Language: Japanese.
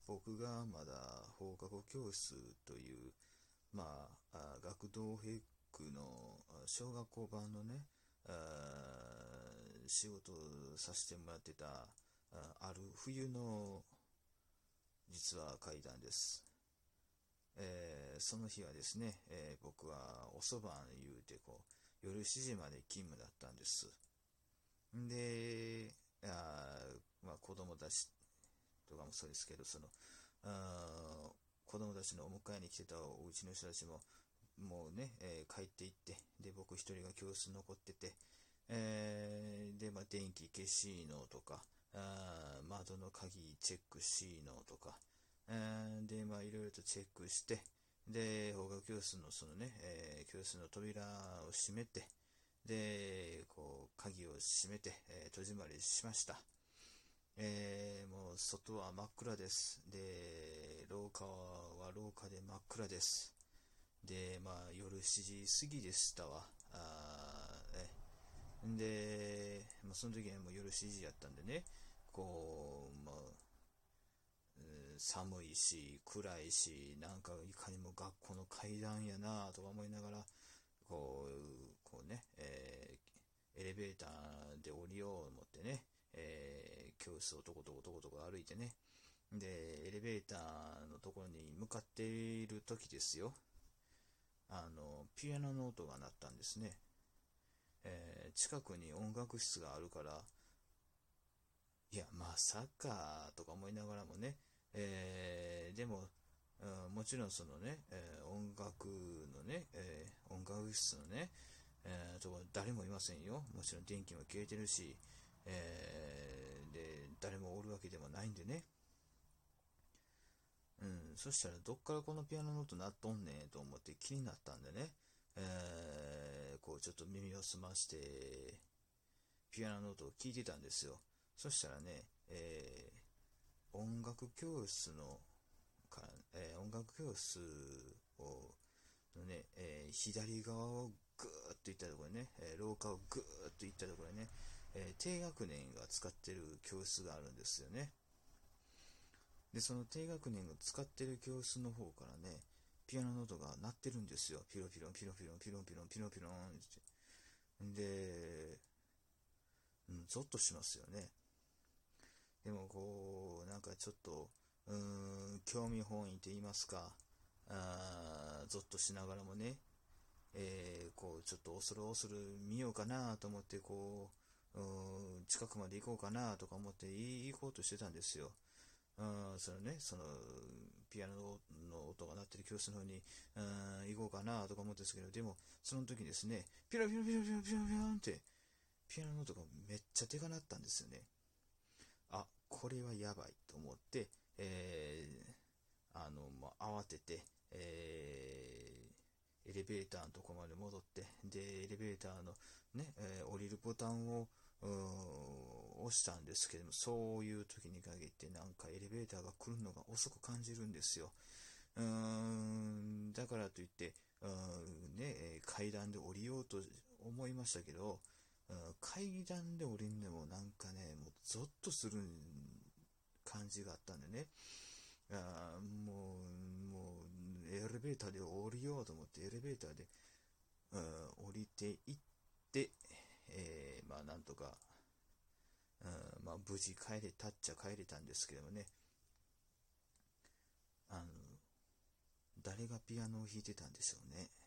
僕がまだ放課後教室という、学童保育の小学校版のね、仕事をさせてもらってた、ある冬の実は階段です。その日はですね、僕は遅番言うて夜7時まで勤務だったんです。で、子供たちとかもそうですけど、あ子供たちのお迎えに来てたお家の人たちも、もうね、帰っていって、で、僕一人が教室に残ってて、で、電気消しのとか、窓の鍵チェックしのとか、で、いろいろとチェックして、で、放課後教室の教室の扉を閉めて、で、鍵を閉めて、戸締まりしました。もう外は真っ暗です。で、廊下は廊下で真っ暗です。で、夜7時過ぎでしたわ。で、その時はもう夜7時やったんでね、寒いし、暗いし、なんかいかにも学校の階段やなとか思いながら、エレベーターで降りようと思ってね、教室をとことことことこ歩いてね、で、エレベーターのところに向かっている時ですよ、ピアノの音が鳴ったんですね。近くに音楽室があるから、いや、まさか、とか思いながらもね、でも、もちろんそのね、音楽のね、音楽室のね、とこ誰もいませんよ。もちろん電気も消えてるし、で、誰もおるわけでもないんでね。そしたらどっからこのピアノの音鳴っとんねんと思って気になったんでね、ちょっと耳を澄まして、ピアノの音を聞いてたんですよ。そしたらね、音楽教室の音楽教室のね、左側をぐーっと行ったところにね、廊下をぐーっと行ったところにね、低学年が使ってる教室があるんですよね。で、その低学年が使ってる教室の方からね、ピアノの音が鳴ってるんですよ。ピロピロン、ピロピロン、ピロンピロン、ピロピロンって。で、ゾッとしますよね。でもなんかちょっと、興味本位と言いますか、ゾッとしながらもね、ちょっと恐る恐る見ようかなと思って、近くまで行こうかなとか思って行こうとしてたんですよ。ピアノの音が鳴ってる教室の方に、行こうかなとか思ってたんですけど、でも、その時ですね、ピロピロピロピロピロピロンって、ピアノの音がめっちゃでかなったんですよね。あ、これはやばいと思って、慌てて、エレベーターのとこまで戻って、で、エレベーターのね、降りるボタンを押したんですけども、そういう時に限ってなんかエレベーターが来るのが遅く感じるんですよ。だからといって、階段で降りようと思いましたけど、階段で降りんでもなんかね、もうゾッとする感じがあったんでね、もう、エレベーターで降りようと思って、エレベーターで、降りていって、なんとか、無事帰れたっちゃ帰れたんですけどもね、あの、誰がピアノを弾いてたんでしょうね。